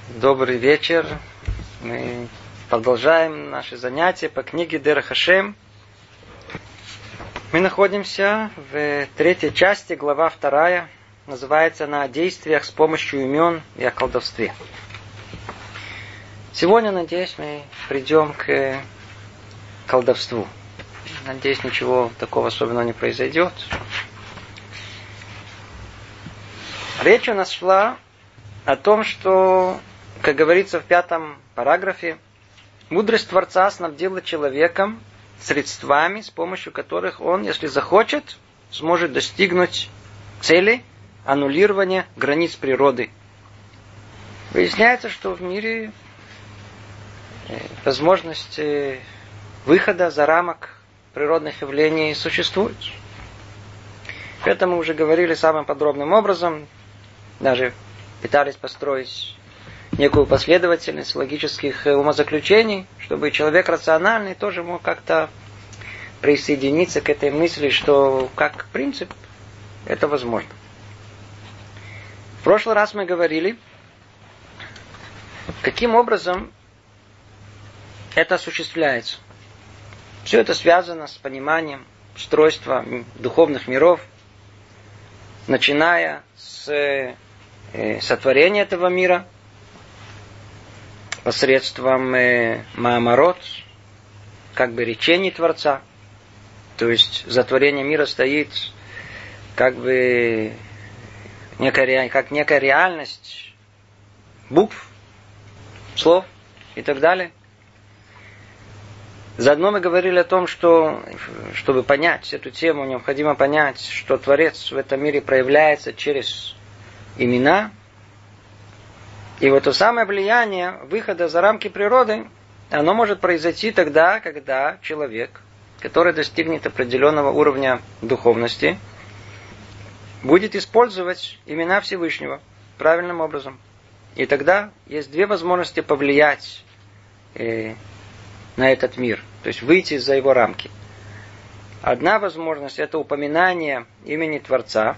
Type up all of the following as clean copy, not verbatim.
Добрый вечер. Мы продолжаем наши занятия по книге Дерех Ашем. Мы находимся в третьей части, глава 2. Называется она «О действиях с помощью имен и о колдовстве». Сегодня, надеюсь, мы придем к колдовству. Надеюсь, ничего такого особенного не произойдет. Речь у нас шла о том, что, как говорится в 5 параграфе, мудрость Творца снабдила человеком средствами, с помощью которых он, если захочет, сможет достигнуть цели аннулирования границ природы. Выясняется, что в мире возможность выхода за рамок природных явлений существует. Это мы уже говорили самым подробным образом, даже пытались построить некую последовательность логических умозаключений, чтобы человек рациональный тоже мог как-то присоединиться к этой мысли, что как принцип это возможно. В прошлый раз мы говорили, каким образом это осуществляется. Все это связано с пониманием устройства духовных миров, начиная с сотворения этого мира посредством Маамарот, как бы речений Творца. То есть за творением мира стоит как бы некая реальность букв, слов и так далее. Заодно мы говорили о том, что, чтобы понять эту тему, необходимо понять, что Творец в этом мире проявляется через имена. И вот то самое влияние выхода за рамки природы, оно может произойти тогда, когда человек, который достигнет определенного уровня духовности, будет использовать имена Всевышнего правильным образом. И тогда есть две возможности повлиять на этот мир, то есть выйти за его рамки. Одна возможность — это упоминание имени Творца,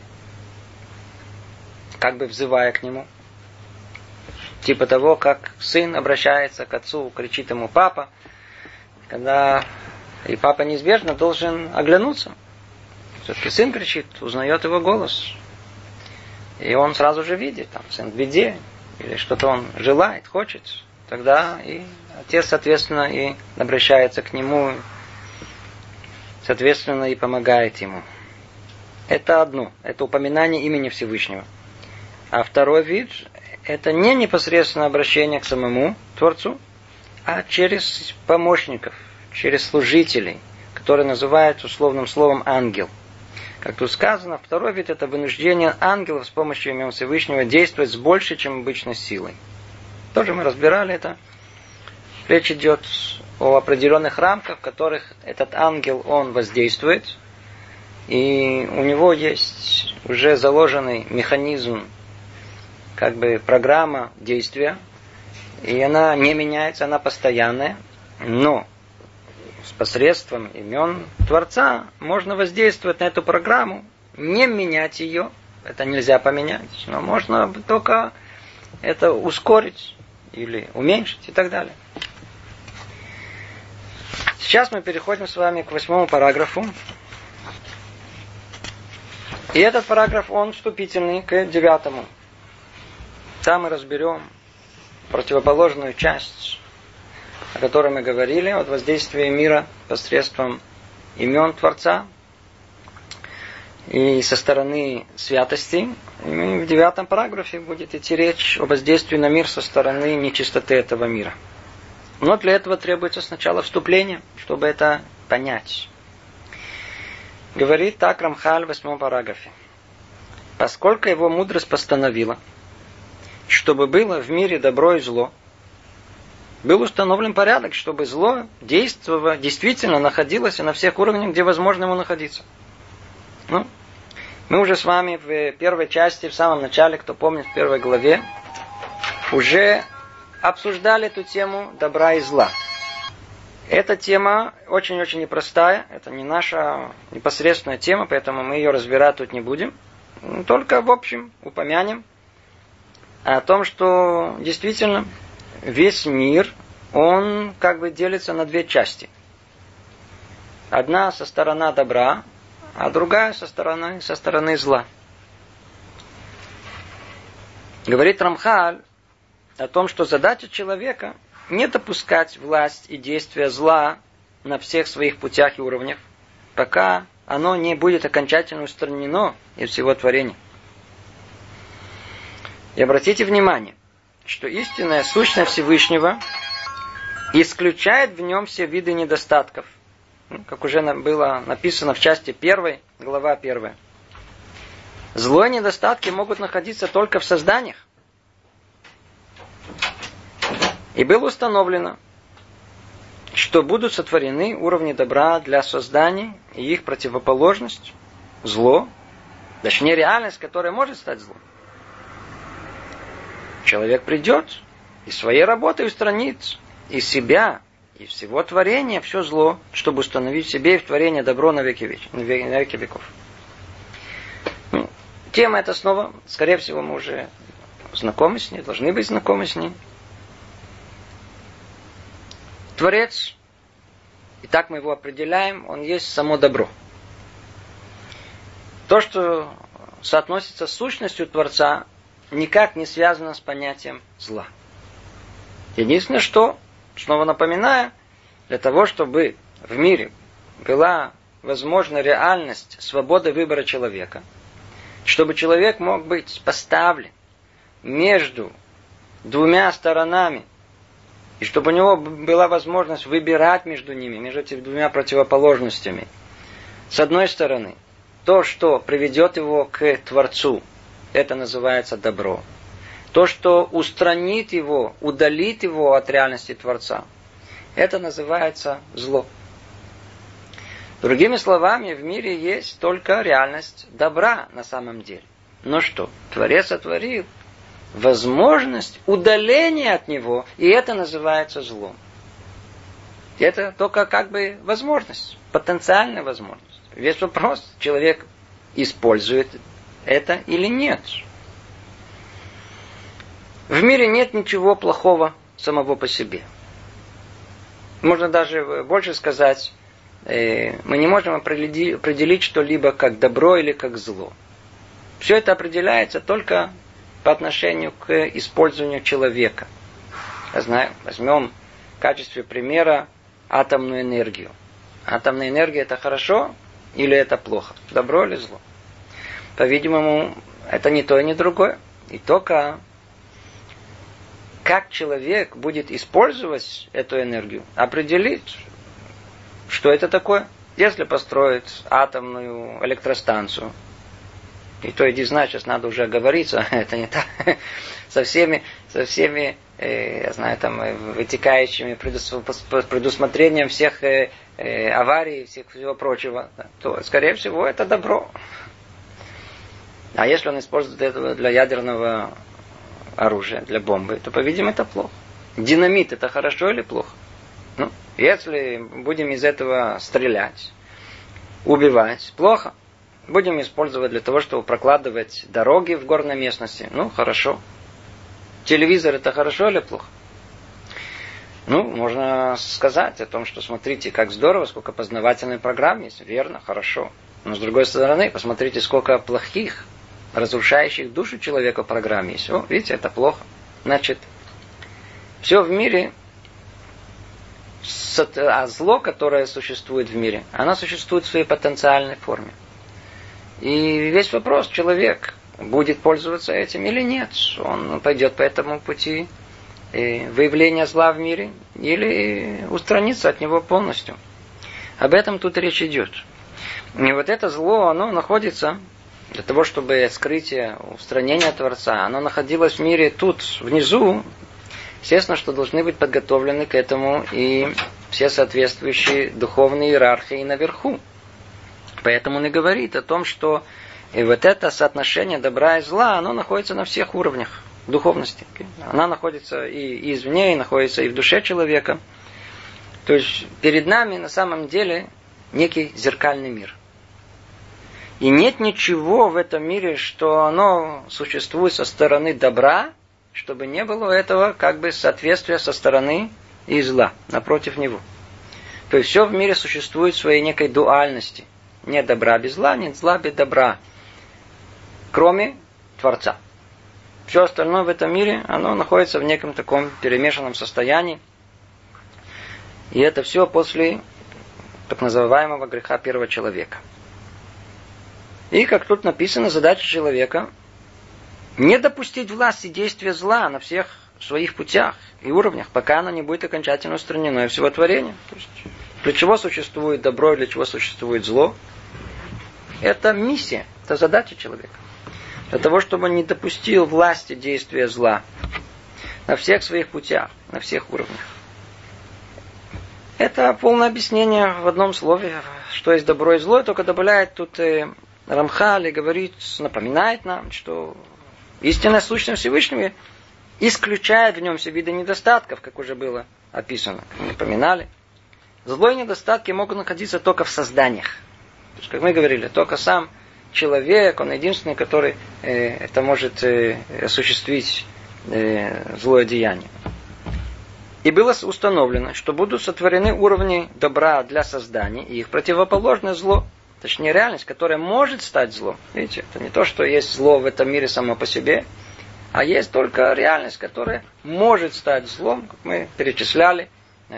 как бы взывая к нему. Типа того, как сын обращается к отцу, кричит ему «папа», когда и папа неизбежно должен оглянуться. Все-таки сын кричит, узнает его голос. И он сразу же видит, там, сын в беде, или что-то он желает, хочет. Тогда и отец, соответственно, и обращается к нему, соответственно, и помогает ему. Это одно, это упоминание имени Всевышнего. А второй вид — это не непосредственное обращение к самому Творцу, а через помощников, через служителей, которые называют условным словом ангел. Как тут сказано, второй вид — это вынуждение ангелов с помощью имен Всевышнего действовать с большей, чем обычной силой. Тоже мы разбирали это. Речь идет о определенных рамках, в которых этот ангел, он воздействует, и у него есть уже заложенный механизм, как бы программа действия, и она не меняется, она постоянная, но с посредством имен Творца можно воздействовать на эту программу, не менять ее, это нельзя поменять, но можно только это ускорить или уменьшить и так далее. Сейчас мы переходим с вами к 8 параграфу. И этот параграф, он вступительный к 9. Там мы разберем противоположную часть, о которой мы говорили, от воздействия мира посредством имен Творца и со стороны святости. И в 9 параграфе будет идти речь о воздействии на мир со стороны нечистоты этого мира. Но для этого требуется сначала вступление, чтобы это понять. Говорит так Рамхаль в 8 параграфе. Поскольку его мудрость постановила, чтобы было в мире добро и зло, был установлен порядок, чтобы зло действительно находилось на всех уровнях, где возможно ему находиться. Мы уже с вами в первой части, в самом начале, кто помнит, в первой главе, уже обсуждали эту тему добра и зла. Эта тема очень-очень непростая, это не наша непосредственная тема, поэтому мы ее разбирать тут не будем. Только в общем упомянем о том, что действительно весь мир, он как бы делится на две части. Одна со стороны добра, а другая со стороны зла. Говорит Рамхаль о том, что задача человека не допускать власть и действия зла на всех своих путях и уровнях, пока оно не будет окончательно устранено из всего творения. И обратите внимание, что истинная сущность Всевышнего исключает в нем все виды недостатков, как уже было написано в части 1, глава 1. Зло и недостатки могут находиться только в созданиях. И было установлено, что будут сотворены уровни добра для создания и их противоположность – зло, точнее реальность, которая может стать злом. Человек придет и своей работой устранит из себя и всего творения все зло, чтобы установить в себе и в творении добро на веки веков. Тема эта снова, скорее всего, мы уже знакомы с ней, должны быть знакомы с ней. Творец, и так мы его определяем, он есть само добро. То, что соотносится с сущностью Творца, никак не связано с понятием зла. Единственное, что, снова напоминаю, для того, чтобы в мире была возможна реальность свободы выбора человека, чтобы человек мог быть поставлен между двумя сторонами, и чтобы у него была возможность выбирать между ними, между этими двумя противоположностями. С одной стороны, то, что приведет его к Творцу, это называется добро. То, что устранит его, удалит его от реальности Творца, это называется зло. Другими словами, в мире есть только реальность добра на самом деле. Но что? Творец сотворил возможность удаления от него, и это называется злом. Это только как бы возможность, потенциальная возможность. Весь вопрос, человек использует это или нет. В мире нет ничего плохого самого по себе. Можно даже больше сказать, мы не можем определить что-либо как добро или как зло. Все это определяется только по отношению к использованию человека. Я знаю, возьмем в качестве примера атомную энергию. Атомная энергия это хорошо или это плохо? Добро или зло? По-видимому, это не то и не другое. И только как человек будет использовать эту энергию, определить, что это такое. Если построить атомную электростанцию, и то иди знать, сейчас надо уже оговориться, это не так, со всеми, я знаю, там, вытекающими предусмотрением всех аварий, всего прочего, то, скорее всего, это добро. А если он использует это для ядерного оружия, для бомбы, то, по-видимому, это плохо. Динамит это хорошо или плохо? Ну, если будем из этого стрелять, убивать, плохо. Будем использовать для того, чтобы прокладывать дороги в горной местности. Ну, хорошо. Телевизор это хорошо или плохо? Ну, можно сказать о том, что смотрите, как здорово, сколько познавательной программ есть. Верно, хорошо. Но с другой стороны, посмотрите, сколько плохих, разрушающих душу человека программ есть. О, видите, это плохо. Значит, все в мире, а зло, которое существует в мире, оно существует в своей потенциальной форме. И весь вопрос, человек будет пользоваться этим или нет. Он пойдет по этому пути выявления зла в мире или устранится от него полностью. Об этом тут речь идет. И вот это зло, оно находится для того, чтобы скрытие, устранение Творца, оно находилось в мире тут, внизу. Естественно, что должны быть подготовлены к этому и все соответствующие духовные иерархии наверху. Поэтому он и говорит о том, что и вот это соотношение добра и зла, оно находится на всех уровнях духовности. Она находится и извне, и находится и в душе человека. То есть перед нами на самом деле некий зеркальный мир. И нет ничего в этом мире, что оно существует со стороны добра чтобы не было этого как бы соответствия со стороны и зла, напротив него. То есть все в мире существует в своей некой дуальности. Нет добра без зла, нет зла без добра. Кроме Творца. Все остальное в этом мире, оно находится в неком таком перемешанном состоянии. И это все после так называемого греха первого человека. И, как тут написано, задача человека не допустить власти действия зла на всех своих путях и уровнях, пока оно не будет окончательно устранено из всего творения. То есть, для чего существует добро и для чего существует зло? Это миссия, это задача человека. Для того, чтобы он не допустил власти действия зла на всех своих путях, на всех уровнях. Это полное объяснение в одном слове, что есть добро и зло, только добавляет тут Рамхаль и говорит, напоминает нам, что истинная сущность Всевышнего исключает в нем все виды недостатков, как уже было описано, как мы напоминали. Зло и недостатки могут находиться только в созданиях. То есть, как мы говорили, только сам человек, он единственный, который это может осуществить злое деяние. И было установлено, что будут сотворены уровни добра для создания и их противоположное зло. Точнее, реальность, которая может стать злом. Видите, это не то, что есть зло в этом мире само по себе, а есть только реальность, которая может стать злом, как мы перечисляли.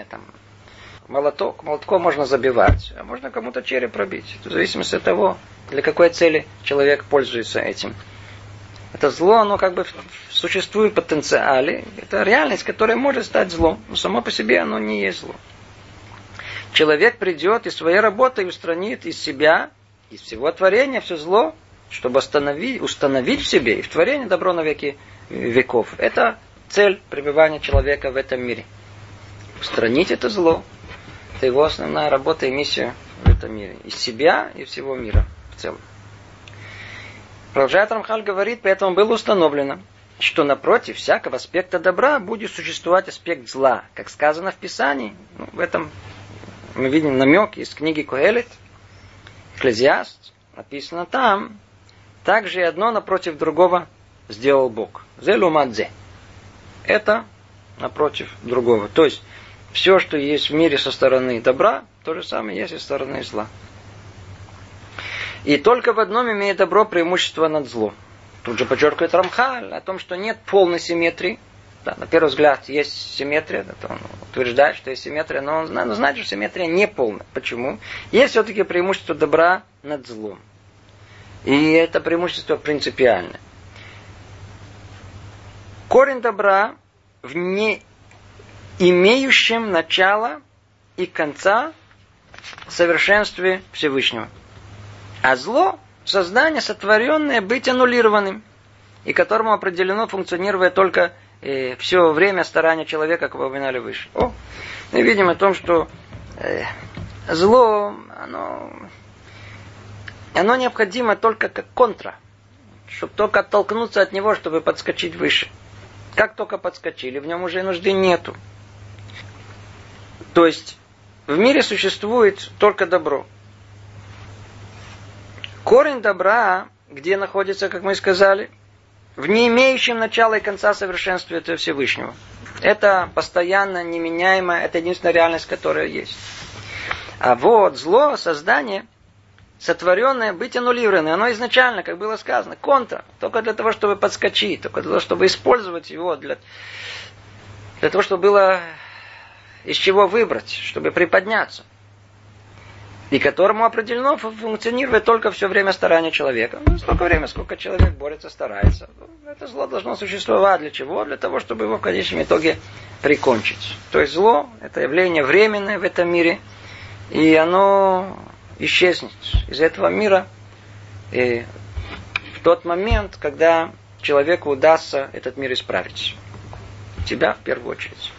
Молотком можно забивать, а можно кому-то череп пробить. В зависимости от того, для какой цели человек пользуется этим. Это зло, оно как бы существует в потенциале. Это реальность, которая может стать злом. Но само по себе оно не есть зло. Человек придет и своей работой устранит из себя, из всего творения, все зло, чтобы установить в себе и в творении добро на веки веков. Это цель пребывания человека в этом мире. Устранить это зло. Это его основная работа и миссия в этом мире. Из себя и всего мира в целом. Продолжает Рамхаль говорит, поэтому было установлено, что напротив всякого аспекта добра будет существовать аспект зла. Как сказано в Писании, в этом мы видим намек из книги Коэлет, Экклезиаст, написано там, также и одно напротив другого сделал Бог. Зе лумадзе. Это напротив другого. То есть, все, что есть в мире со стороны добра, то же самое есть и со стороны зла. И только в одном имеет добро преимущество над злом. Тут же подчеркивает Рамхаль о том, что нет полной симметрии. Да, на первый взгляд есть симметрия, это он утверждает, что есть симметрия, но он знает, что симметрия не полная. Почему? Есть все-таки преимущество добра над злом. И это преимущество принципиальное. Корень добра в не имеющем начала и конца совершенстве Всевышнего. А зло – создание, сотворенное быть аннулированным, и которому определено функционировать только все время старания человека, как вы упоминали выше. Мы видим о том, что зло, оно необходимо только как контра, чтобы только оттолкнуться от него, чтобы подскочить выше. Как только подскочили, в нем уже нужды нету. То есть, в мире существует только добро. Корень добра, где находится, как мы сказали, в не имеющем начала и конца совершенстве этого Всевышнего. Это постоянно неменяемое, это единственная реальность, которая есть. А вот зло, создание, сотворенное, быть аннулированное, оно изначально, как было сказано, контра, только для того, чтобы подскочить, только для того, чтобы использовать его, для того, чтобы было из чего выбрать, чтобы приподняться. И которому определено функционирует только все время старания человека. Столько времени, сколько человек борется, старается. Это зло должно существовать. Для чего? Для того, чтобы его в конечном итоге прикончить. То есть зло – это явление временное в этом мире. И оно исчезнет из этого мира в тот момент, когда человеку удастся этот мир исправить. Тебя в первую очередь.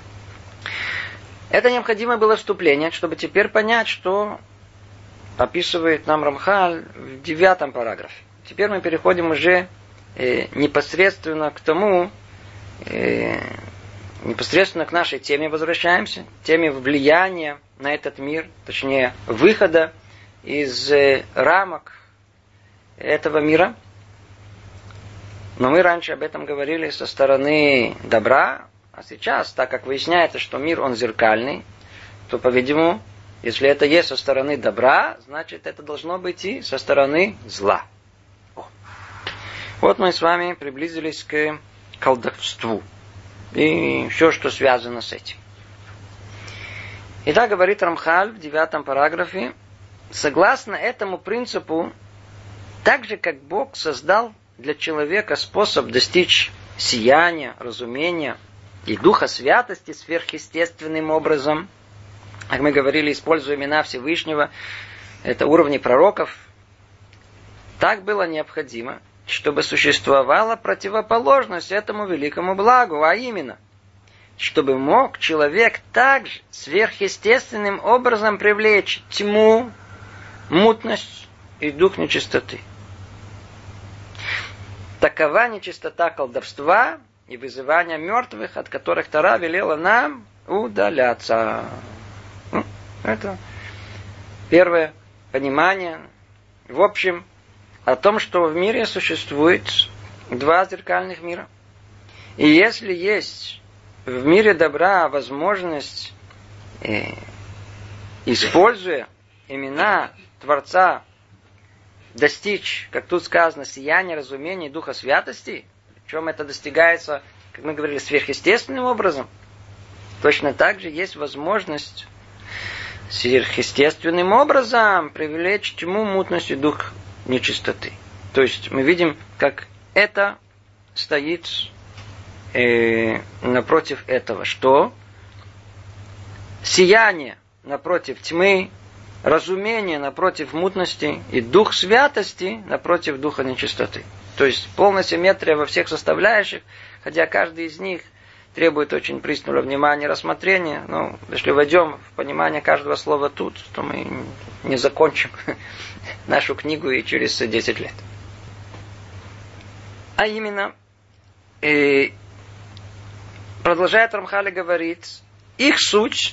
Это необходимое было вступление, чтобы теперь понять, что описывает нам Рамхаль в 9 параграфе. Теперь мы переходим уже непосредственно к тому, непосредственно к нашей теме возвращаемся, теме влияния на этот мир, точнее, выхода из рамок этого мира. Но мы раньше об этом говорили со стороны добра, а сейчас, так как выясняется, что мир, он зеркальный, то, по-видимому, если это есть со стороны добра, значит, это должно быть и со стороны зла. Вот мы с вами приблизились к колдовству. И все, что связано с этим. Итак, говорит Рамхаль в 9 параграфе, согласно этому принципу, так же, как Бог создал для человека способ достичь сияния, разумения и духа святости сверхъестественным образом, как мы говорили, используя имена Всевышнего, это уровни пророков, так было необходимо, чтобы существовала противоположность этому великому благу, а именно, чтобы мог человек также сверхъестественным образом привлечь тьму, мутность и дух нечистоты. Такова нечистота колдовства и вызывания мертвых, от которых Тора велела нам удаляться. Это первое понимание. В общем, о том, что в мире существует два зеркальных мира. И если есть в мире добра возможность, используя имена Творца, достичь, как тут сказано, сияния, разумения и духа святости, причем это достигается, как мы говорили, сверхъестественным образом, точно так же есть возможность сверхъестественным образом привлечь тьму, мутность и дух нечистоты. То есть мы видим, как это стоит напротив этого, что сияние напротив тьмы, разумение напротив мутности и дух святости напротив духа нечистоты. То есть полная симметрия во всех составляющих, хотя каждый из них требует очень пристального внимания и рассмотрения. Но если войдем в понимание каждого слова тут, то мы не закончим нашу книгу и через 10 лет. А именно, продолжает Рамхаль говорить, их суть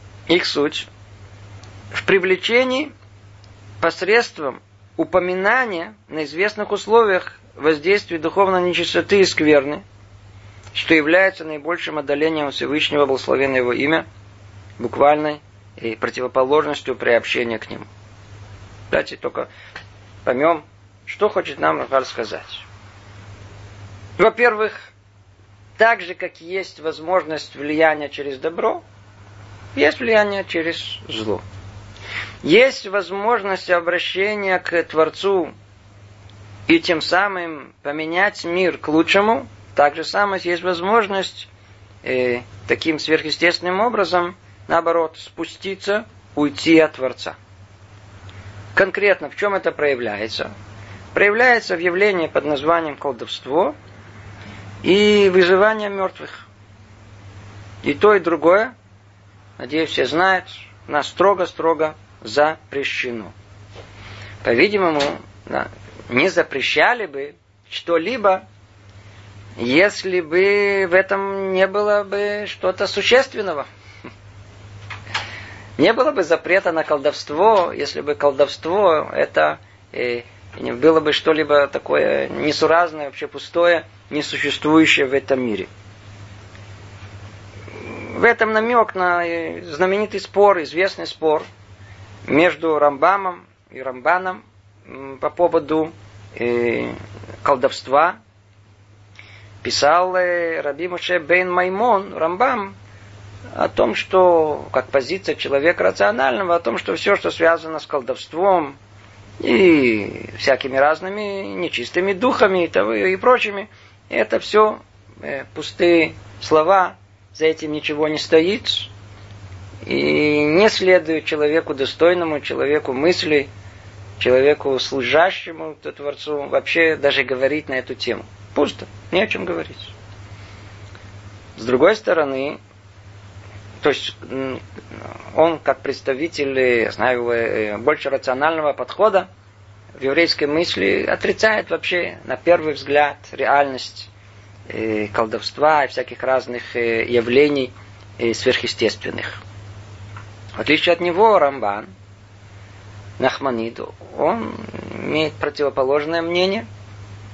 в привлечении посредством упоминания на известных условиях воздействия духовной нечистоты и скверны, что является наибольшим отдалением Всевышнего, благословенное его имя, буквальной и противоположностью приобщения к нему. Давайте только поймем, что хочет нам Рамхаль сказать. Во-первых, так же, как есть возможность влияния через добро, есть влияние через зло. Есть возможность обращения к Творцу и тем самым поменять мир к лучшему. Так же самое есть возможность таким сверхъестественным образом, наоборот, спуститься, уйти от Творца. Конкретно в чем это проявляется? Проявляется в явлении под названием колдовство и вызывание мертвых. И то, и другое, надеюсь, все знают, нас строго-строго запрещено. По-видимому, не запрещали бы что-либо, если бы в этом не было бы что-то существенного. Не было бы запрета на колдовство, если бы колдовство это было бы что-либо такое несуразное, вообще пустое, несуществующее в этом мире. В этом намек на знаменитый спор, известный спор между Рамбамом и Рамбаном по поводу колдовства. Писал Раби Моше бен Маймон, Рамбам, о том, что, как позиция человека рационального, о том, что все, что связано с колдовством и всякими разными нечистыми духами и прочими, это все пустые слова, за этим ничего не стоит, и не следует человеку достойному, человеку мысли, человеку служащему Творцу вообще даже говорить на эту тему. Пусто, не о чем говорить. С другой стороны, то есть он, как представитель, я знаю, больше рационального подхода в еврейской мысли, отрицает вообще, на первый взгляд, реальность колдовства и всяких разных явлений сверхъестественных. В отличие от него, Рамбан, Нахманид, он имеет противоположное мнение.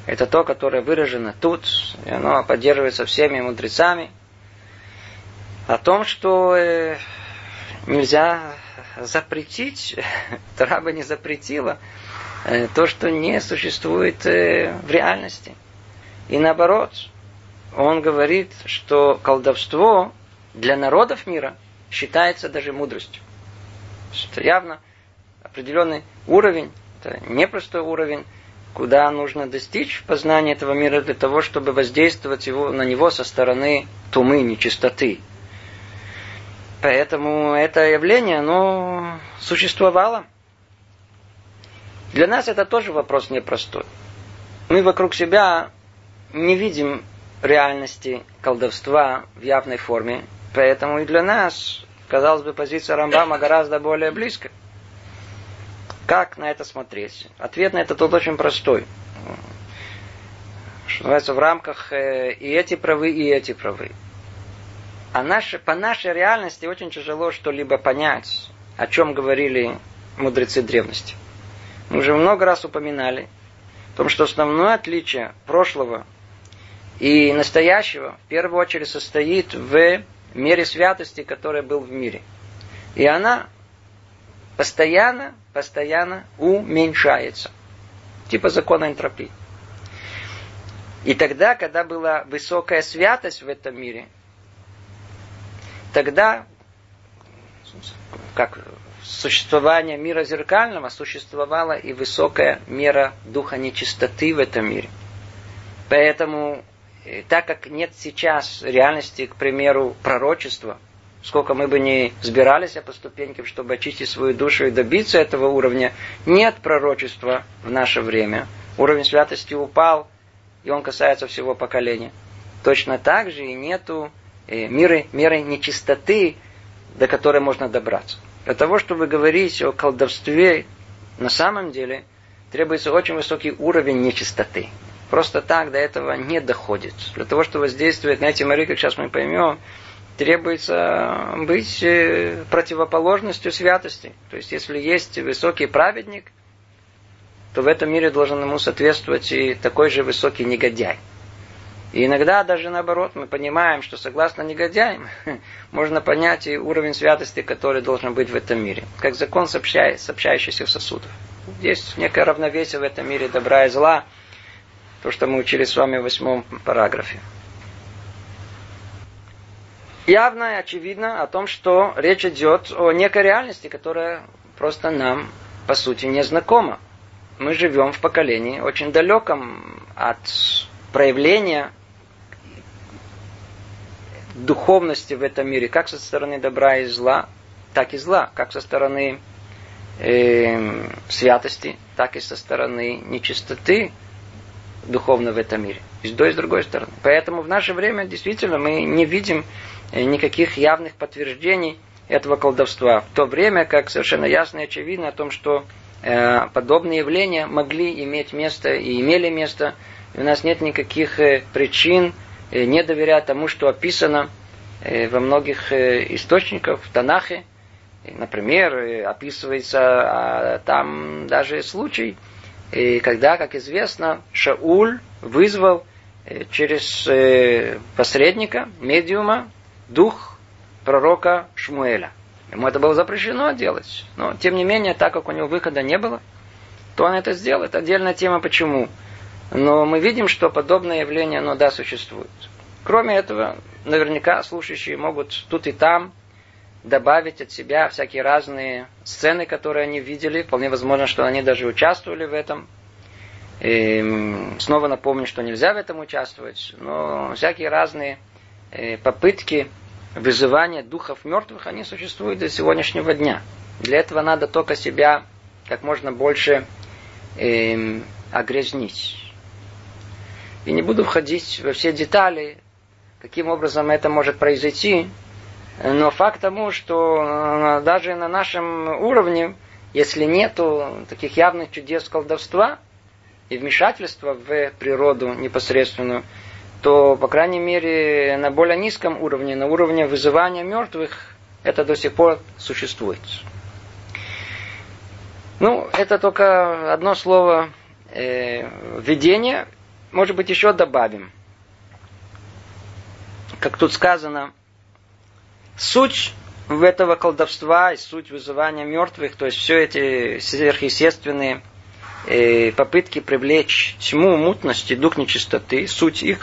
Это то, которое выражено тут, и оно поддерживается всеми мудрецами. О том, что нельзя запретить, Тора бы не запретила, то, что не существует в реальности. И наоборот, он говорит, что колдовство для народов мира считается даже мудростью. Это явно определенный уровень, это непростой уровень, куда нужно достичь познания этого мира для того, чтобы воздействовать на него со стороны тумы, нечистоты. Поэтому это явление, оно существовало. Для нас это тоже вопрос непростой. Мы вокруг себя не видим реальности колдовства в явной форме, поэтому и для нас, казалось бы, позиция Рамбама гораздо более близкая. Как на это смотреть? Ответ на это тут очень простой. Что называется, в рамках и эти правы, и эти правы. По нашей реальности очень тяжело что-либо понять, о чем говорили мудрецы древности. Мы уже много раз упоминали о том, что основное отличие прошлого и настоящего в первую очередь состоит в мере святости, которая была в мире. И она постоянно уменьшается. Типа закона энтропии. И тогда, когда была высокая святость в этом мире, тогда, как существование мира зеркального, существовала и высокая мера духа нечистоты в этом мире. Поэтому, так как нет сейчас реальности, к примеру, пророчества, сколько мы бы ни взбирались по ступенькам, чтобы очистить свою душу и добиться этого уровня, нет пророчества в наше время. Уровень святости упал, и он касается всего поколения. Точно так же и нету меры нечистоты, до которой можно добраться. Для того, чтобы говорить о колдовстве, на самом деле требуется очень высокий уровень нечистоты. Просто так до этого не доходит. Для того, чтобы воздействовать на эти миры, как сейчас мы поймем, требуется быть противоположностью святости. То есть, если есть высокий праведник, то в этом мире должен ему соответствовать и такой же высокий негодяй. И иногда даже наоборот мы понимаем, что согласно негодяям можно понять и уровень святости, который должен быть в этом мире. Как закон сообщающийся сосудов. Есть некое равновесие в этом мире добра и зла. То, что мы учили с вами в 8 параграфе. Явно и очевидно о том, что речь идет о некой реальности, которая просто нам, по сути, не знакома. Мы живем в поколении очень далеком от проявления духовности в этом мире, как со стороны добра и зла, так и зла, как со стороны святости, так и со стороны нечистоты духовно в этом мире. И с той, и с другой стороны. Поэтому в наше время действительно мы не видим никаких явных подтверждений этого колдовства. В то время, как совершенно ясно и очевидно о том, что подобные явления могли иметь место и имели место. И у нас нет никаких причин не доверять тому, что описано во многих источниках, в Танахе. Например, описывается там даже случай, когда, как известно, Шауль вызвал через посредника, медиума, дух пророка Шмуэля. Ему это было запрещено делать. Но, тем не менее, так как у него выхода не было, то он это сделал. Это отдельная тема, почему. Но мы видим, что подобное явление, оно, да, существует. Кроме этого, наверняка слушающие могут тут и там добавить от себя всякие разные сцены, которые они видели. Вполне возможно, что они даже участвовали в этом. И снова напомню, что нельзя в этом участвовать. Но всякие разные попытки вызывания духов мертвых, они существуют до сегодняшнего дня. Для этого надо только себя как можно больше огрязнить. И не буду входить во все детали, каким образом это может произойти. Но факт тому, что даже на нашем уровне, если нету таких явных чудес колдовства и вмешательства в природу непосредственную, то, по крайней мере, на более низком уровне, на уровне вызывания мертвых, это до сих пор существует. Это только одно слово введение. может быть, еще добавим. Как тут сказано, суть в этого колдовства и суть вызывания мертвых, то есть все эти сверхъестественные попытки привлечь тьму, мутность и дух нечистоты, суть их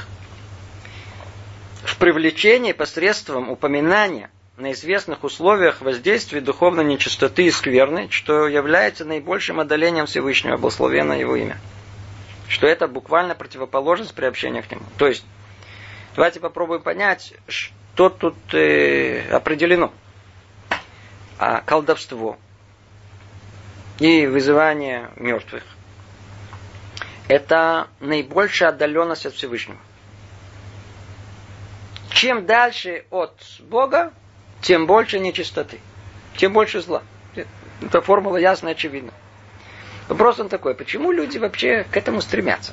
в привлечении посредством упоминания на известных условиях воздействия духовной нечистоты и скверны, что является наибольшим одолением Всевышнего, благословенно его имя. Что это буквально противоположность приобщения к нему. То есть, давайте попробуем понять, что тут определено. А колдовство и вызывание мертвых – это наибольшая отдаленность от Всевышнего. Чем дальше от Бога, тем больше нечистоты, тем больше зла. Эта формула ясна и очевидна. Вопрос он такой, почему люди вообще к этому стремятся?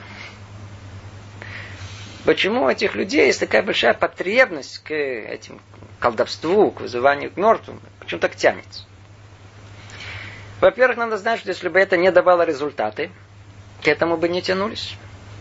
Почему у этих людей есть такая большая потребность к этим колдовству, к вызыванию к мертвым? Почему так тянется? Во-первых, надо знать, что если бы это не давало результаты, к этому бы не тянулись.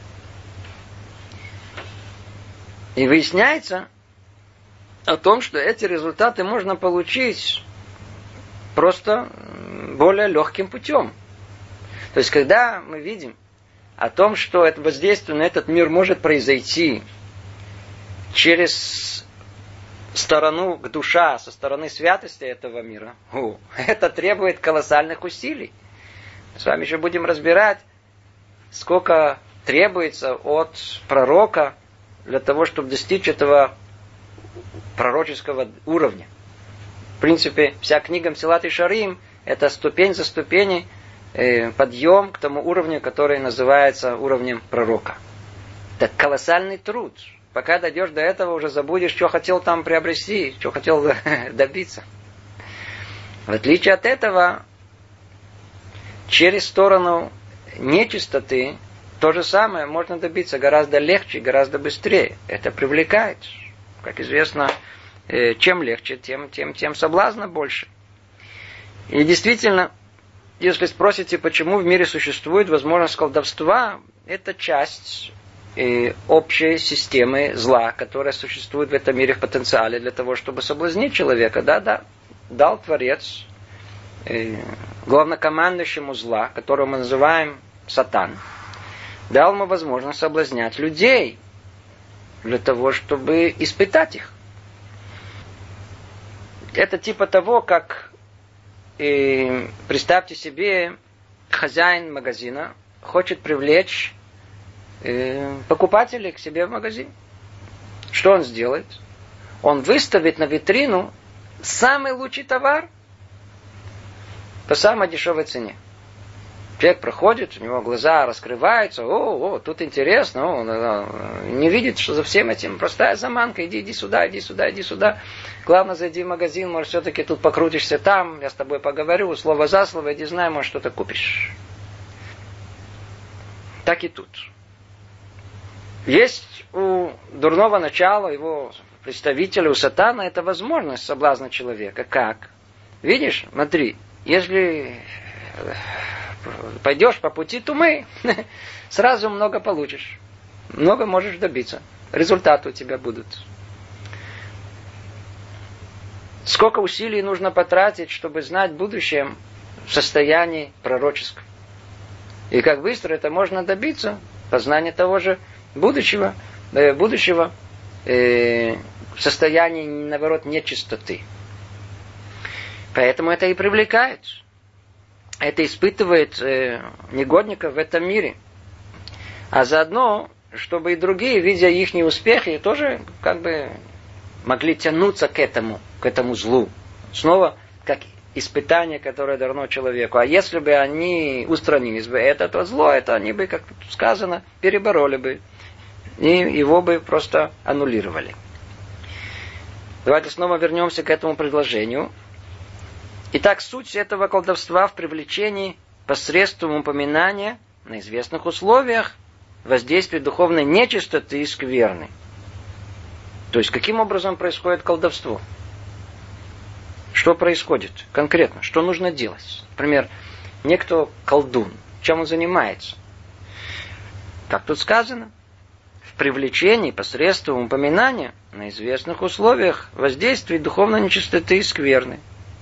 И выясняется о том, что эти результаты можно получить просто более легким путем. То есть, когда мы видим о том, что это воздействие на этот мир может произойти через сторону к душа, со стороны святости этого мира, это требует колоссальных усилий. С вами еще будем разбирать, сколько требуется от пророка для того, чтобы достичь этого пророческого уровня. В принципе, вся книга Мсилат Йешарим – это ступень за ступеней подъем к тому уровню, который называется уровнем пророка. Это колоссальный труд. Пока дойдешь до этого, уже забудешь, что хотел там приобрести, что хотел добиться. В отличие от этого, через сторону нечистоты то же самое можно добиться гораздо легче, гораздо быстрее. Это привлекает. Как известно, чем легче, тем соблазна больше. И действительно, если спросите, почему в мире существует возможность колдовства, это часть общей системы зла, которая существует в этом мире в потенциале для того, чтобы соблазнить человека. Да, дал Творец главнокомандующему зла, которого мы называем Сатан, дал ему возможность соблазнять людей для того, чтобы испытать их. Это типа того, как представьте себе, хозяин магазина хочет привлечь покупателей к себе в магазин. Что он сделает? Он выставит на витрину самый лучший товар по самой дешевой цене. Человек проходит, у него глаза раскрываются, тут интересно, не видит, что за всем этим простая заманка, иди сюда. Главное, зайди в магазин, может, все-таки тут покрутишься там, я с тобой поговорю, слово за слово, иди знай, может, что-то купишь. Так и тут. Есть у дурного начала, его представителя, у Сатана, это возможность соблазна человека. Как? Видишь, смотри, если пойдешь по пути тумы, сразу много получишь. Много можешь добиться. Результаты у тебя будут. Сколько усилий нужно потратить, чтобы знать будущее в состоянии пророческом. И как быстро это можно добиться, познание того же будущего в состоянии, наоборот, нечистоты. Поэтому это и привлекает. Это испытывает негодников в этом мире. А заодно, чтобы и другие, видя их неуспехи, тоже как бы могли тянуться к этому злу. Снова, как испытание, которое дано человеку. А если бы они устранились бы это зло, это они бы, как тут сказано, перебороли бы. И его бы просто аннулировали. Давайте снова вернемся к этому предложению. Итак, суть этого колдовства в привлечении посредством упоминания на известных условиях воздействия духовной нечистоты и скверны. То есть, каким образом происходит колдовство? Что происходит конкретно? Что нужно делать? Например, некто колдун. Чем он занимается? Как тут сказано? в привлечении посредством упоминания на известных условиях воздействия духовной нечистоты и скверны.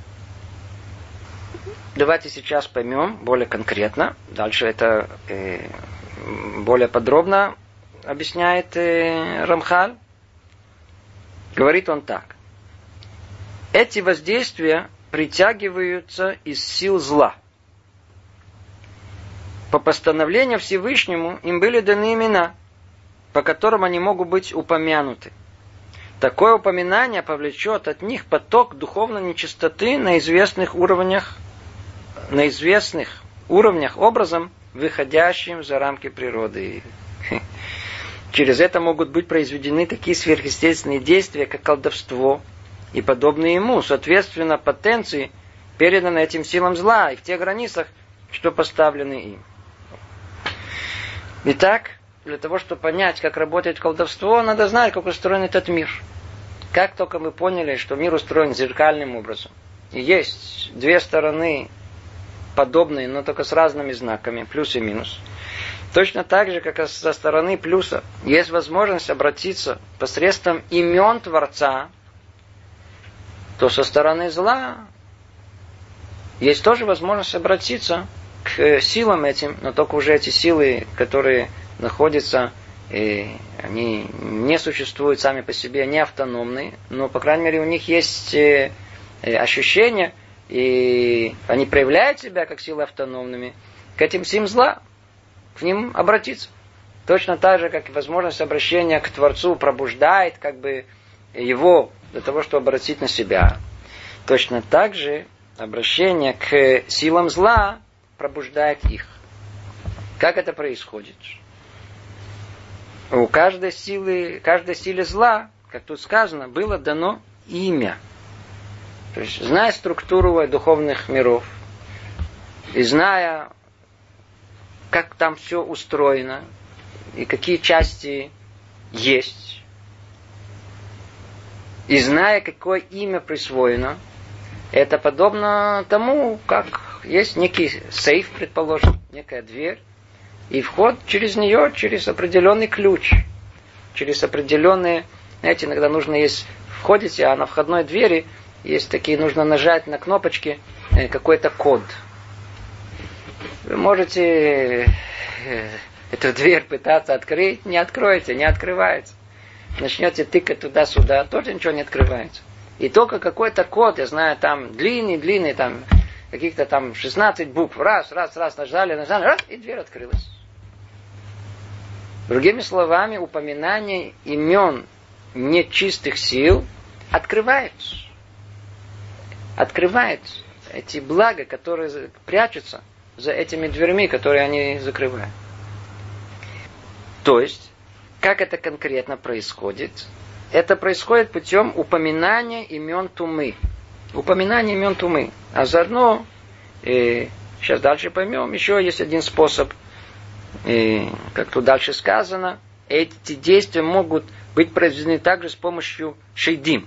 Давайте сейчас поймем более конкретно. Дальше это более подробно объясняет Рамхаль. Говорит он так. Эти воздействия притягиваются из сил зла. По постановлению Всевышнему им были даны имена, по которым они могут быть упомянуты. Такое упоминание повлечет от них поток духовной нечистоты на известных уровнях образом, выходящим за рамки природы. Через это могут быть произведены такие сверхъестественные действия, как колдовство и подобные ему, соответственно, потенции, переданные этим силам зла и в тех границах, что поставлены им. Итак, для того, чтобы понять, как работает колдовство, надо знать, как устроен этот мир. Как только мы поняли, что мир устроен зеркальным образом, и есть две стороны подобные, но только с разными знаками, плюс и минус, точно так же, как и со стороны плюса, есть возможность обратиться посредством имен Творца, то со стороны зла есть тоже возможность обратиться к силам этим, но только уже эти силы, которые находятся, они не существуют сами по себе, они автономные, но, по крайней мере, у них есть ощущение, и они проявляют себя как силы автономными, к этим силам зла, к ним обратиться. Точно так же, как и возможность обращения к Творцу пробуждает как бы его для того, чтобы обратить на себя. Точно так же обращение к силам зла пробуждает их. Как это происходит? У каждой силе зла, как тут сказано, было дано имя. То есть, зная структуру духовных миров, и зная, как там все устроено, и какие части есть, и зная, какое имя присвоено, это подобно тому, как есть некий сейф, предположим, некая дверь, и вход через нее, через определенный ключ, через определенные, знаете, иногда нужно есть, входите, а на входной двери есть такие, нужно нажать на кнопочки какой-то код. Вы можете эту дверь пытаться открыть, не откроете, не открывается. Начнете тыкать туда-сюда, тоже ничего не открывается. И только какой-то код, я знаю, там длинный, там каких-то там 16 букв, раз, нажали, раз, и дверь открылась. Другими словами, упоминание имен нечистых сил открывает эти блага, которые прячутся за этими дверьми, которые они закрывают. То есть, как это конкретно происходит? Это происходит путем упоминания имен Тумы. Упоминание имен Тумы. А заодно, сейчас дальше поймем, еще есть один способ, как тут дальше сказано, эти действия могут быть произведены также с помощью шейдим,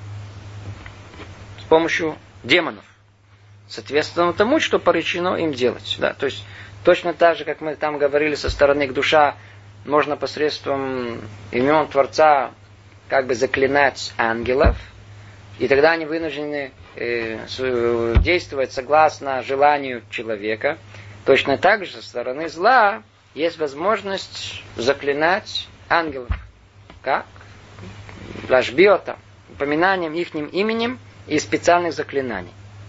с помощью демонов, соответственно тому, что поручено им делать. Да, то есть, точно так же, как мы там говорили, со стороны к душа, можно посредством имен Творца как бы заклинать ангелов, и тогда они вынуждены действовать согласно желанию человека. Точно так же со стороны зла есть возможность заклинать ангелов. Как? Лашбиота, упоминанием ихним именем и специальных заклинаний.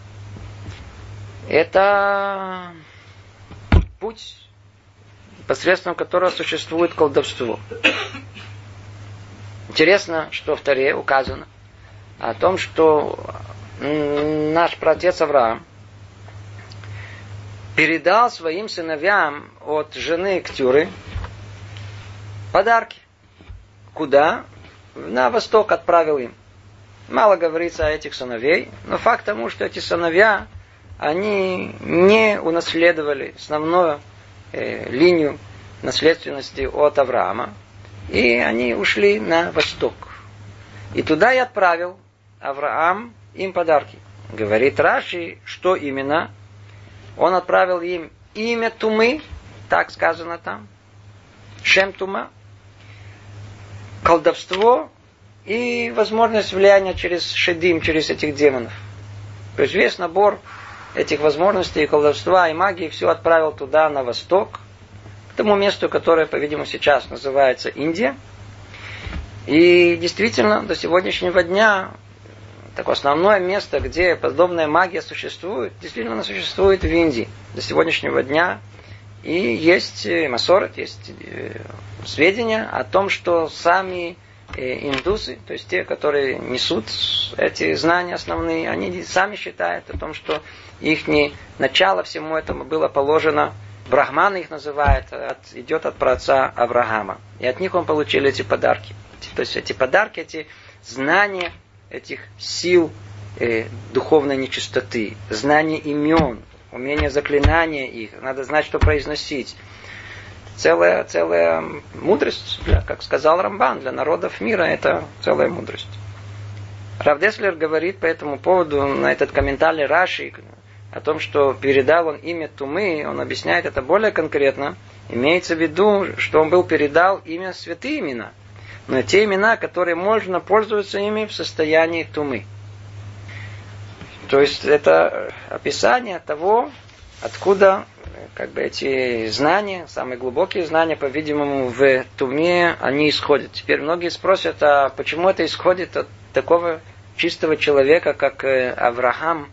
Это путь, посредством которого существует колдовство. Интересно, что в Торе указано о том, что наш праотец Авраам передал своим сыновьям от жены Ктюры подарки. Куда? На восток отправил им. Мало говорится о этих сыновей, но факт тому, что эти сыновья, они не унаследовали основную линию наследственности от Авраама, и они ушли на восток. И туда и отправил Авраам им подарки. Говорит Раши, что именно? Он отправил им имя Тумы, так сказано там, Шем Тума, колдовство и возможность влияния через шедим, через этих демонов. То есть весь набор этих возможностей и колдовства, и магии все отправил туда, на восток, к тому месту, которое, по-видимому, сейчас называется Индия. И действительно, до сегодняшнего дня такое основное место, где подобная магия существует, действительно она существует в Индии до сегодняшнего дня. И есть масорет, есть сведения о том, что сами индусы, то есть те, которые несут эти знания основные, они сами считают о том, что их начало всему этому было положено, брахманы их называют, идет от праотца Авраама. И от них он получил эти подарки. То есть эти подарки, эти знания, этих сил духовной нечистоты, знания имен, умение заклинания их, надо знать, что произносить. Целая мудрость, как сказал Рамбан, для народов мира это целая мудрость. Рав Деслер говорит по этому поводу на этот комментарий Раши о том, что передал он имя Тумы, он объясняет это более конкретно. Имеется в виду, что он передал имя святые имена, но те имена, которые можно пользоваться ими в состоянии Тумы. То есть это описание того, откуда эти знания, самые глубокие знания, по-видимому, в Туме, они исходят. Теперь многие спросят, а почему это исходит от такого чистого человека, как Авраам?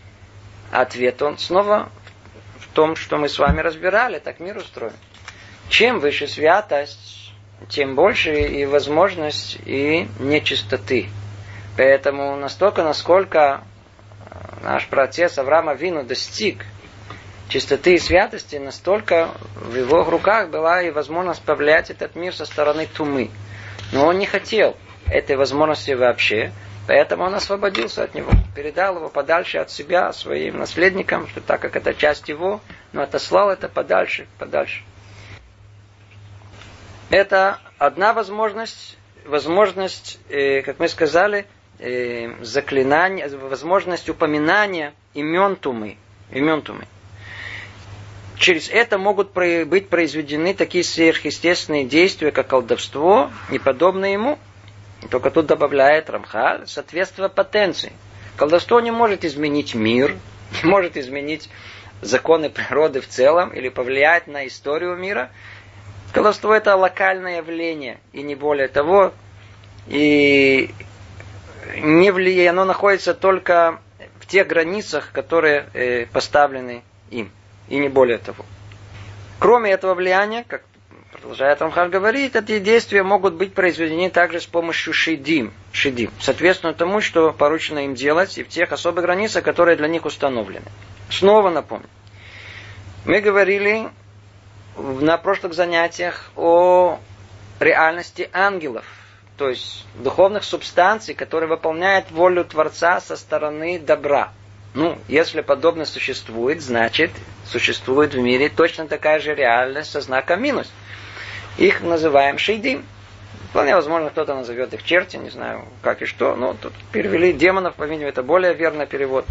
Ответ он снова в том, что мы с вами разбирали, так мир устроен. Чем выше святость, тем больше и возможность, и нечистоты. Поэтому настолько, насколько наш праотец Авраам Авину достиг чистоты и святости, настолько в его руках была и возможность повлиять этот мир со стороны Тумы. Но он не хотел этой возможности вообще, поэтому он освободился от него, передал его подальше от себя своим наследникам, что так как это часть его, но отослал это подальше. Это одна возможность, как мы сказали, заклинание, возможность упоминания имен Тумы. Через это могут быть произведены такие сверхъестественные действия, как колдовство, неподобное ему. Только тут добавляет Рамхаль соответствие потенции. Колдовство не может изменить мир, не может изменить законы природы в целом или повлиять на историю мира. Колдовство это локальное явление, и не более того. И не влияет, оно находится только в тех границах, которые поставлены им. И не более того. Кроме этого влияния, как продолжает Рамхаль говорить, эти действия могут быть произведены также с помощью шедим, соответственно тому, что поручено им делать, и в тех особых границах, которые для них установлены. Снова напомню. Мы говорили на прошлых занятиях о реальности ангелов, то есть духовных субстанций, которые выполняют волю Творца со стороны добра. Если подобное существует, значит, существует в мире точно такая же реальность со знаком минус. Их называем шейдим. Вполне возможно, кто-то назовет их черти, не знаю как и что. Но тут перевели демонов, по-видимому, это более верный перевод.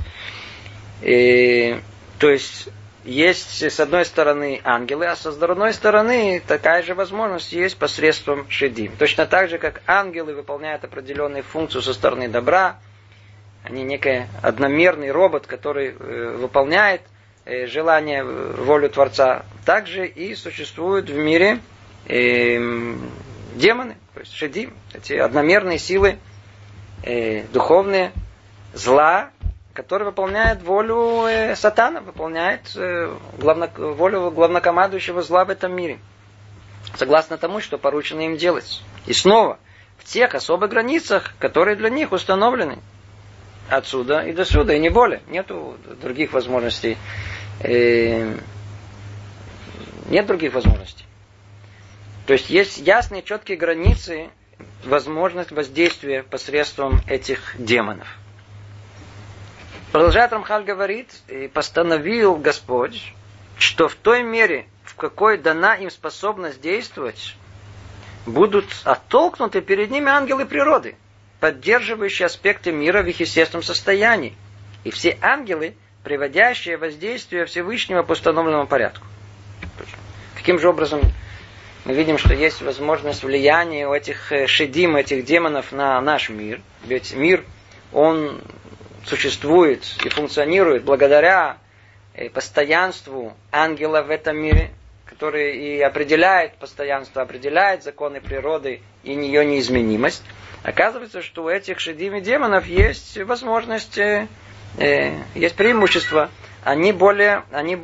То есть с одной стороны ангелы, а с другой стороны такая же возможность есть посредством шейдим. Точно так же, как ангелы выполняют определенную функцию со стороны добра, они некий одномерный робот, который выполняет желание, волю Творца. Также и существуют в мире демоны, то есть шедим, эти одномерные силы духовные, зла, которые выполняют волю сатана, выполняют волю главнокомандующего зла в этом мире. Согласно тому, что поручено им делать. И снова, в тех особых границах, которые для них установлены. Отсюда и до сюда, и не более. Нету других возможностей. Нет других возможностей. То есть есть ясные, четкие границы, возможность воздействия посредством этих демонов. Продолжает Рамхаль говорит, и постановил Господь, что в той мере, в какой дана им способность действовать, будут оттолкнуты перед ними ангелы природы, поддерживающие аспекты мира в их естественном состоянии, и все ангелы, приводящие воздействие Всевышнего по установленному порядку. Каким же образом мы видим, что есть возможность влияния у этих шедим, этих демонов на наш мир. Ведь мир, он существует и функционирует благодаря постоянству ангела в этом мире, который и определяет постоянство, определяет законы природы и ее неизменимость. Оказывается, что у этих шедим и демонов есть возможность, есть преимущество. Они более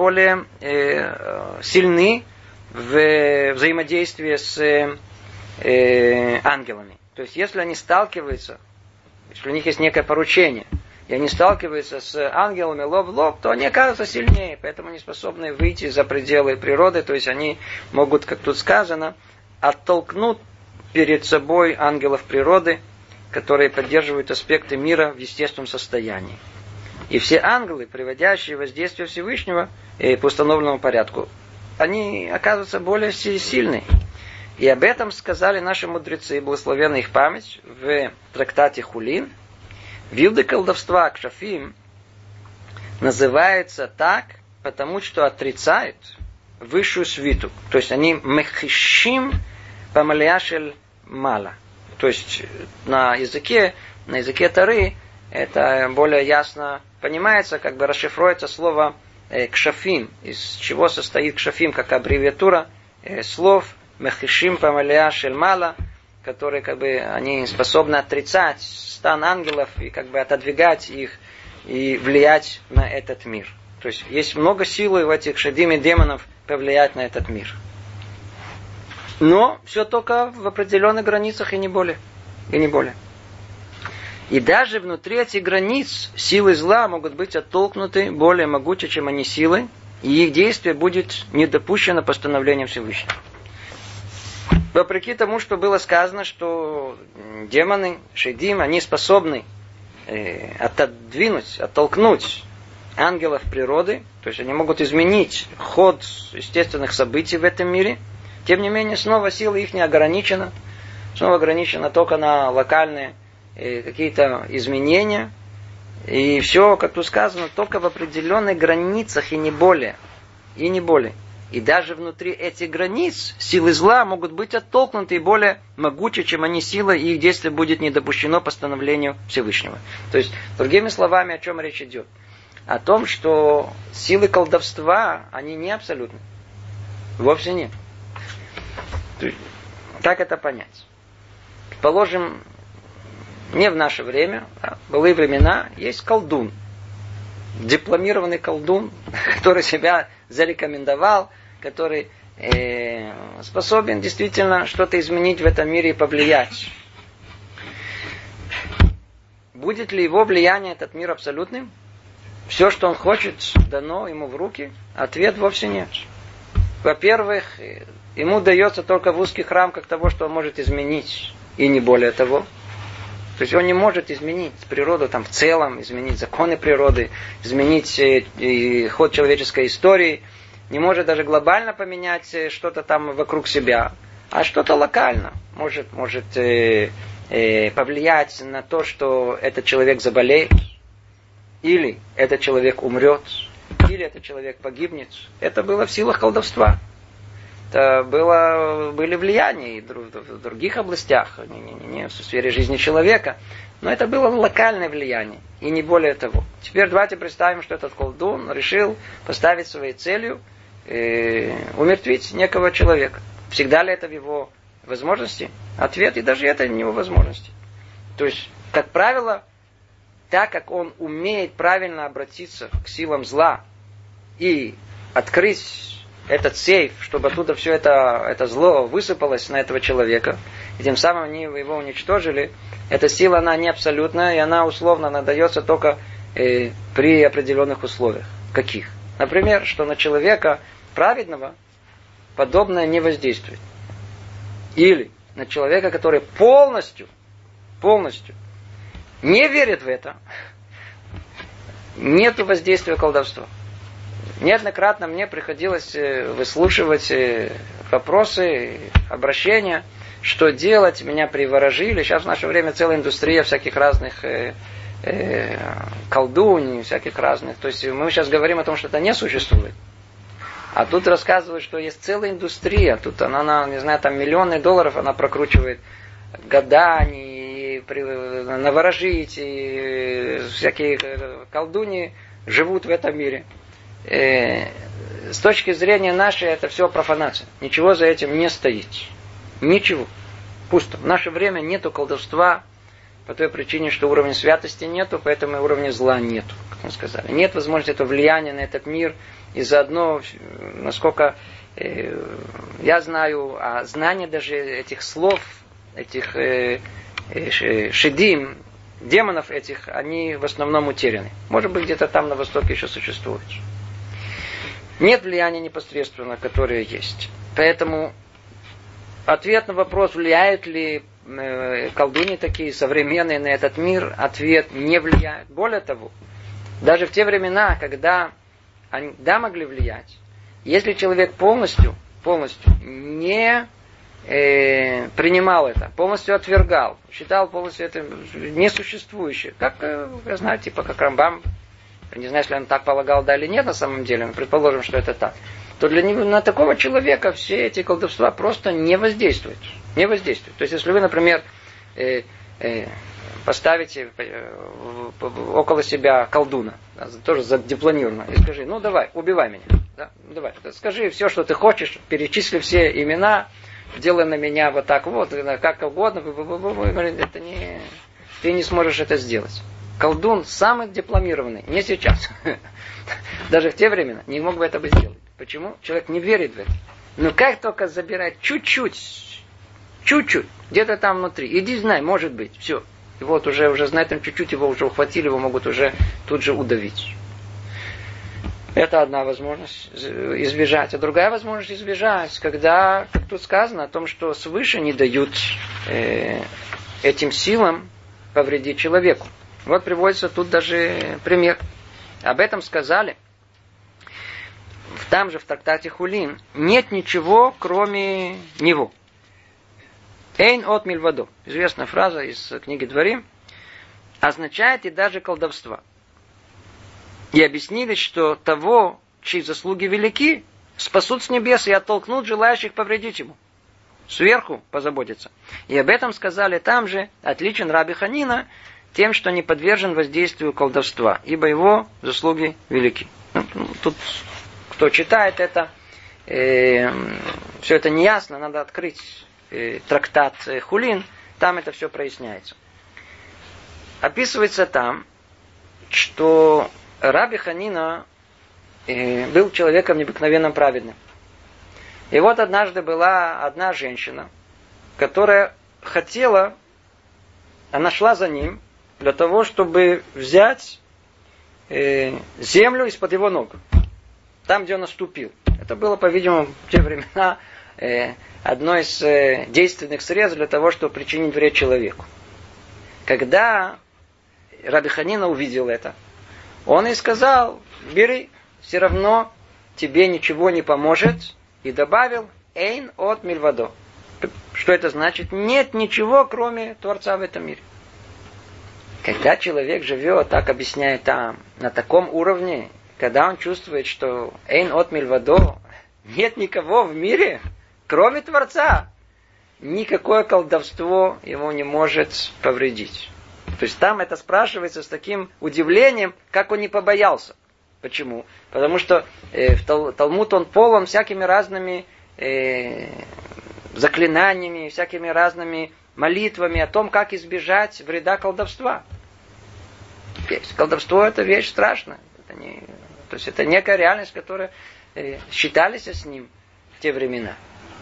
сильны в взаимодействии с ангелами. То есть, если они сталкиваются, если у них есть некое поручение, и они сталкиваются с ангелами лоб в лоб, то они окажутся сильнее, поэтому они способны выйти за пределы природы, то есть они могут, как тут сказано, оттолкнуть перед собой ангелов природы, которые поддерживают аспекты мира в естественном состоянии. И все ангелы, приводящие воздействие Всевышнего по установленному порядку, они оказываются более сильны. И об этом сказали наши мудрецы, благословенна их память, в трактате Хулин. Виды колдовства кшафим называются так, потому что отрицают высшую свиту. То есть они мехишим памалияшель мала. То есть на языке Тары это более ясно понимается, как бы расшифруется слово кшафим, из чего состоит кшафим, как аббревиатура слов мехишим памалияшель мала, которые как бы они способны отрицать стан ангелов и как бы отодвигать их и влиять на этот мир. То есть есть много силы в этих шедим и демонов повлиять на этот мир. Но все только в определенных границах и не более. И не более. И даже внутри этих границ силы зла могут быть оттолкнуты более могуче, чем они силы, и их действие будет не допущено постановлением Всевышнего. Вопреки тому, что было сказано, что демоны, шедим, они способны оттолкнуть ангелов природы, то есть они могут изменить ход естественных событий в этом мире, тем не менее, снова сила их не ограничена, снова ограничена только на локальные какие-то изменения, и все, как тут сказано, только в определенных границах и не более, и не более. И даже внутри этих границ силы зла могут быть оттолкнуты и более могуче, чем они сила, и их действие будет не допущено постановлению Всевышнего. То есть, другими словами, о чем речь идет? О том, что силы колдовства, они не абсолютны. Вовсе нет. Как это понять? Положим, не в наше время, а в былые времена, есть колдун. Дипломированный колдун, который себя зарекомендовал, который способен действительно что-то изменить в этом мире и повлиять. Будет ли его влияние этот мир абсолютным? Все, что он хочет, дано ему в руки? Ответ вовсе нет. Во-первых, ему дается только в узких рамках того, что он может изменить, и не более того. То есть он не может изменить природу там в целом, изменить законы природы, изменить ход человеческой истории, не может даже глобально поменять что-то там вокруг себя, а что-то локально может повлиять на то, что этот человек заболеет, или этот человек умрет, или этот человек погибнет. Это было в силах колдовства. Это были влияния в других областях, не в сфере жизни человека, но это было локальное влияние, и не более того. Теперь давайте представим, что этот колдун решил поставить своей целью умертвить некого человека. Всегда ли это в его возможности? Ответ, и даже это не в его возможности. То есть, как правило, так как он умеет правильно обратиться к силам зла и открыть этот сейф, чтобы оттуда все это зло высыпалось на этого человека, и тем самым они его уничтожили, эта сила, она не абсолютная, и она условно надается только при определенных условиях. Каких? Например, что на человека праведного подобное не воздействует. Или на человека, который полностью не верит в это, нет воздействия колдовства. Неоднократно мне приходилось выслушивать вопросы, обращения, что делать, меня приворожили. Сейчас в наше время целая индустрия всяких разных колдуней, всяких разных. То есть мы сейчас говорим о том, что это не существует. А тут рассказывают, что есть целая индустрия. Тут она, не знаю, там миллионы долларов она прокручивает гаданий, наворожить, и всякие колдуньи живут в этом мире. С точки зрения нашей, это все профанация. Ничего за этим не стоит. Ничего. Пусто. В наше время нету колдовства по той причине, что уровня святости нету, поэтому и уровня зла нету, как мы сказали. Нет возможности этого влияния на этот мир. И заодно, насколько я знаю, а знание даже этих слов, этих шедим, демонов этих, они в основном утеряны. Может быть, где-то там на Востоке еще существуют. Нет влияния непосредственно, которое есть. Поэтому ответ на вопрос, влияют ли колдуньи такие современные на этот мир, ответ: не влияют. Более того, даже в те времена, когда они могли влиять, если человек полностью не принимал это, полностью отвергал, считал полностью это несуществующее, как, я знаю, типа как Рамбам, не знаю, если он так полагал, да или нет на самом деле, но предположим, что это так, то для него, на такого человека все эти колдовства просто не воздействуют. Не воздействуют. То есть, если вы, например, поставите около себя колдуна, тоже задипломированно, и скажи: ну давай, убивай меня. Да? Давай, скажи все, что ты хочешь, перечисли все имена, делай на меня вот так вот, как угодно, это не, ты не сможешь это сделать. Колдун самый дипломированный, не сейчас. Даже в те времена не мог бы этого сделать. Почему? Человек не верит в это. Но как только забирает чуть-чуть, где-то там внутри, иди знай, может быть, все. И вот уже знает, там чуть-чуть его уже ухватили, его могут уже тут же удавить. Это одна возможность избежать. А другая возможность избежать, когда, как тут сказано, о том, что свыше не дают этим силам повредить человеку. Вот приводится тут даже пример. Об этом сказали там же в трактате Хулин: нет ничего, кроме него. Эйн от мильвадо. Известная фраза из книги Дворим. Означает и даже колдовство. И объяснили, что того, чьи заслуги велики, спасут с небес и оттолкнут желающих повредить ему. Сверху позаботиться. И об этом сказали там же: отличен Раби Ханина тем, что не подвержен воздействию колдовства, ибо его заслуги велики. Тут, кто читает это, все это неясно, надо открыть трактат Хулин, там это все проясняется. Описывается там, что Раби Ханина был человеком необыкновенно праведным. И вот однажды была одна женщина, которая хотела, она шла за ним для того, чтобы взять землю из-под его ног. Там, где он наступил. Это было, по-видимому, в те времена одно из действенных средств для того, чтобы причинить вред человеку. Когда Раби Ханина увидел это, он и сказал: бери, все равно тебе ничего не поможет. И добавил: эйн от мильвадо. Что это значит? Нет ничего, кроме Творца в этом мире. Когда человек живет, так объясняет там, на таком уровне, когда он чувствует, что эйн от мильвадо, нет никого в мире, кроме Творца, никакое колдовство его не может повредить. То есть там это спрашивается с таким удивлением, как он не побоялся. Почему? Потому что Талмуд, он полон всякими разными заклинаниями, всякими разными молитвами о том, как избежать вреда колдовства. Колдовство — это вещь страшная. То есть это некая реальность, которая считались с ним в те времена.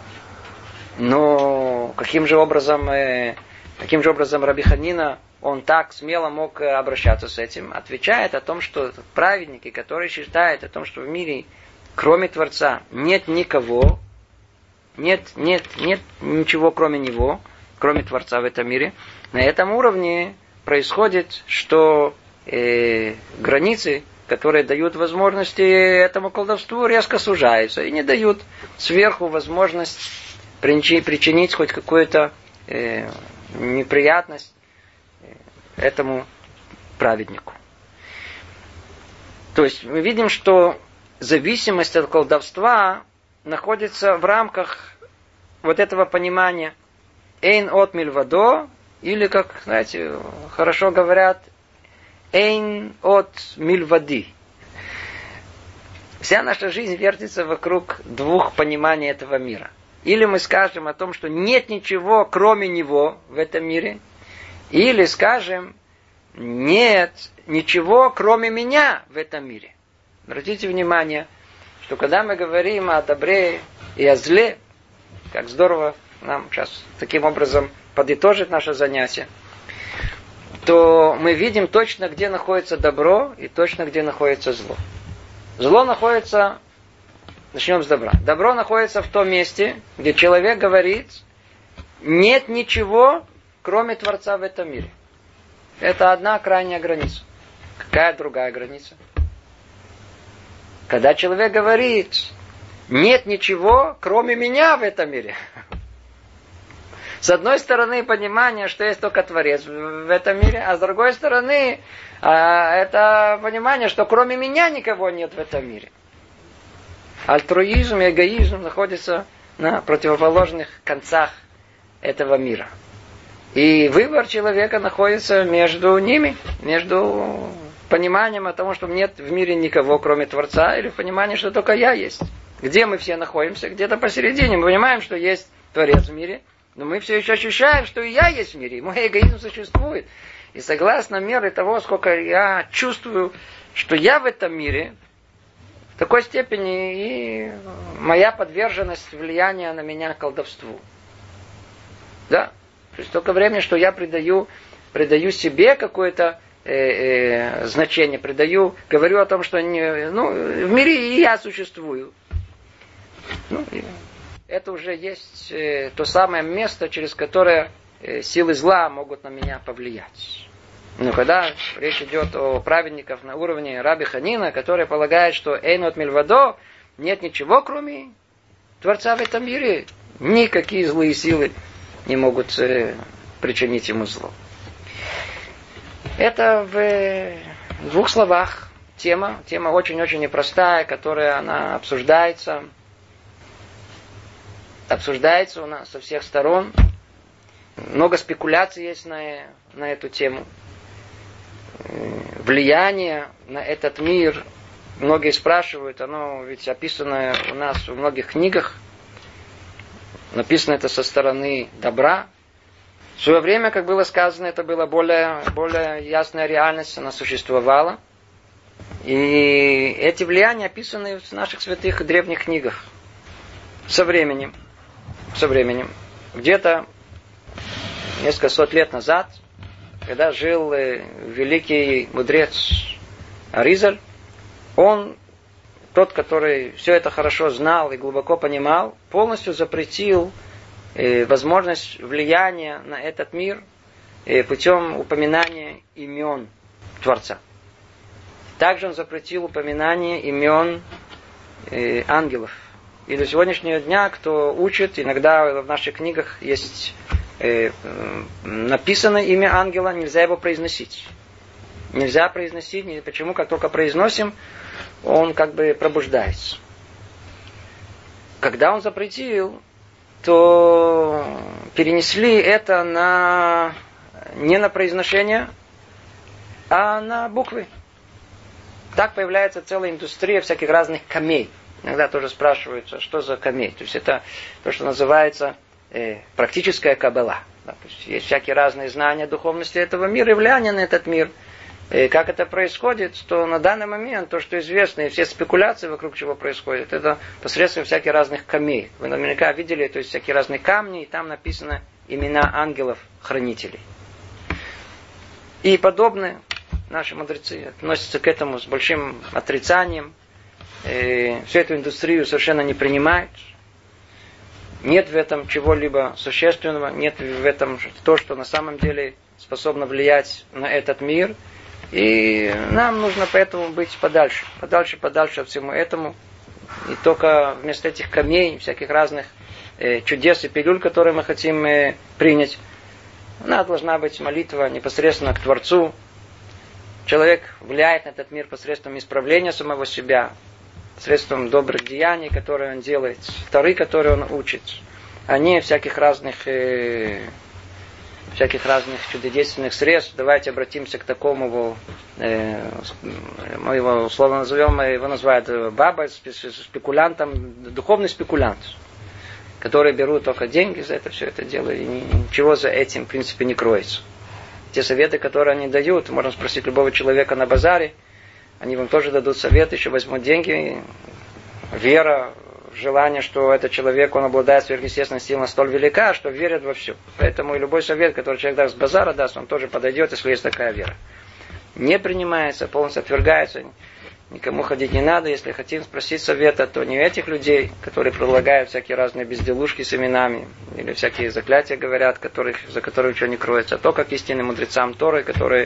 Но каким же образом Раби Ханина, он так смело мог обращаться с этим? Отвечает о том, что праведники, которые считают о том, что в мире, кроме Творца, нет никого, нет ничего кроме Него, кроме Творца в этом мире, на этом уровне происходит, что границы, которые дают возможности этому колдовству, резко сужаются и не дают сверху возможность причинить хоть какую-то неприятность этому праведнику. То есть мы видим, что зависимость от колдовства находится в рамках вот этого понимания «эйн от мильвадо», или, как, знаете, хорошо говорят, «эйн от мильвади». Вся наша жизнь вертится вокруг двух пониманий этого мира. Или мы скажем о том, что нет ничего, кроме него в этом мире, или скажем, нет ничего, кроме меня в этом мире. Обратите внимание, что когда мы говорим о добре и о зле, как здорово нам сейчас таким образом подытожить наше занятие, то мы видим точно, где находится добро и точно, где находится зло. Зло находится, начнем с добра. Добро находится в том месте, где человек говорит, нет ничего, кроме Творца в этом мире. Это одна крайняя граница. Какая другая граница? Когда человек говорит, нет ничего, кроме меня в этом мире. С одной стороны, понимание, что есть только Творец в этом мире, а с другой стороны, это понимание, что кроме меня никого нет в этом мире. Альтруизм и эгоизм находятся на противоположных концах этого мира. И выбор человека находится между ними, между пониманием о том, что нет в мире никого, кроме Творца, или пониманием, что только я есть. Где мы все находимся? Где-то посередине. Мы понимаем, что есть Творец в мире, но мы все еще ощущаем, что и я есть в мире, и мой эгоизм существует. И согласно мере того, сколько я чувствую, что я в этом мире, в такой степени и моя подверженность влияния на меня колдовству. Да. То есть только времени, что я придаю себе какое-то значение, говорю о том, что в мире и я существую. Это уже есть то самое место, через которое силы зла могут на меня повлиять. Но когда речь идет о праведниках на уровне Раби Ханина, который полагает, что «эйн от мильвадо» нет ничего, кроме Творца в этом мире, никакие злые силы не могут причинить ему зло. Это в двух словах тема очень-очень непростая, которая она обсуждается у нас со всех сторон. Много спекуляций есть на эту тему. Влияние на этот мир, многие спрашивают, оно ведь описано у нас в многих книгах. Написано это со стороны добра. В свое время, как было сказано, это была более ясная реальность, она существовала. И эти влияния описаны в наших святых и древних книгах. Со временем, где-то несколько сот лет назад, когда жил великий мудрец Аризаль, он, тот, который все это хорошо знал и глубоко понимал, полностью запретил возможность влияния на этот мир путем упоминания имен Творца. Также он запретил упоминание имен ангелов. И до сегодняшнего дня, кто учит, иногда в наших книгах есть написано имя ангела, нельзя его произносить. Нельзя произносить, почему? Как только произносим, он как бы пробуждается. Когда он запретил, то перенесли это не на произношение, а на буквы. Так появляется целая индустрия всяких разных камей. Иногда тоже спрашиваются, что за камей. То есть это то, что называется практическая каббала. Да, то есть всякие разные знания духовности этого мира и влияния на этот мир. И как это происходит, то на данный момент то, что известно, и все спекуляции вокруг чего происходит, это посредством всяких разных камей. Вы наверняка видели, то есть всякие разные камни, и там написано имена ангелов-хранителей. И подобное наши мудрецы относятся к этому с большим отрицанием. Всю эту индустрию совершенно не принимают. Нет в этом чего-либо существенного, нет в этом то, что на самом деле способно влиять на этот мир. И нам нужно поэтому быть подальше от всему этому. И только вместо этих камней, всяких разных чудес и пилюль, которые мы хотим принять, у нас должна быть молитва непосредственно к Творцу. Человек влияет на этот мир посредством исправления самого себя, средством добрых деяний, которые он делает, Торы, которые он учит, а не всяких разных чудодейственных средств. Давайте обратимся к такому, мы его условно назовем, его называют баба, спекулянтом, духовный спекулянт, которые берут только деньги за это, все это дело, и ничего за этим, в принципе, не кроется. Те советы, которые они дают, можно спросить любого человека на базаре, они вам тоже дадут совет, еще возьмут деньги, вера, желание, что этот человек, он обладает сверхъестественной силой настолько велика, что верит во все. Поэтому и любой совет, который человек даст с базара, даст, он тоже подойдет, если есть такая вера. Не принимается, полностью отвергается, никому ходить не надо. Если хотим спросить совета, то не этих людей, которые предлагают всякие разные безделушки с именами, или всякие заклятия говорят, за которые ничего не кроется, а то, как истинным мудрецам Торы, которые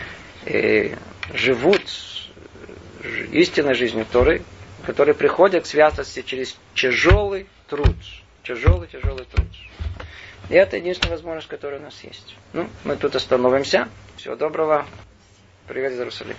живут истинной жизнью Торы, которые приходят к святости через тяжелый труд. Тяжелый труд. И это единственная возможность, которая у нас есть. Мы тут остановимся. Всего доброго. Привет из Иерусалима.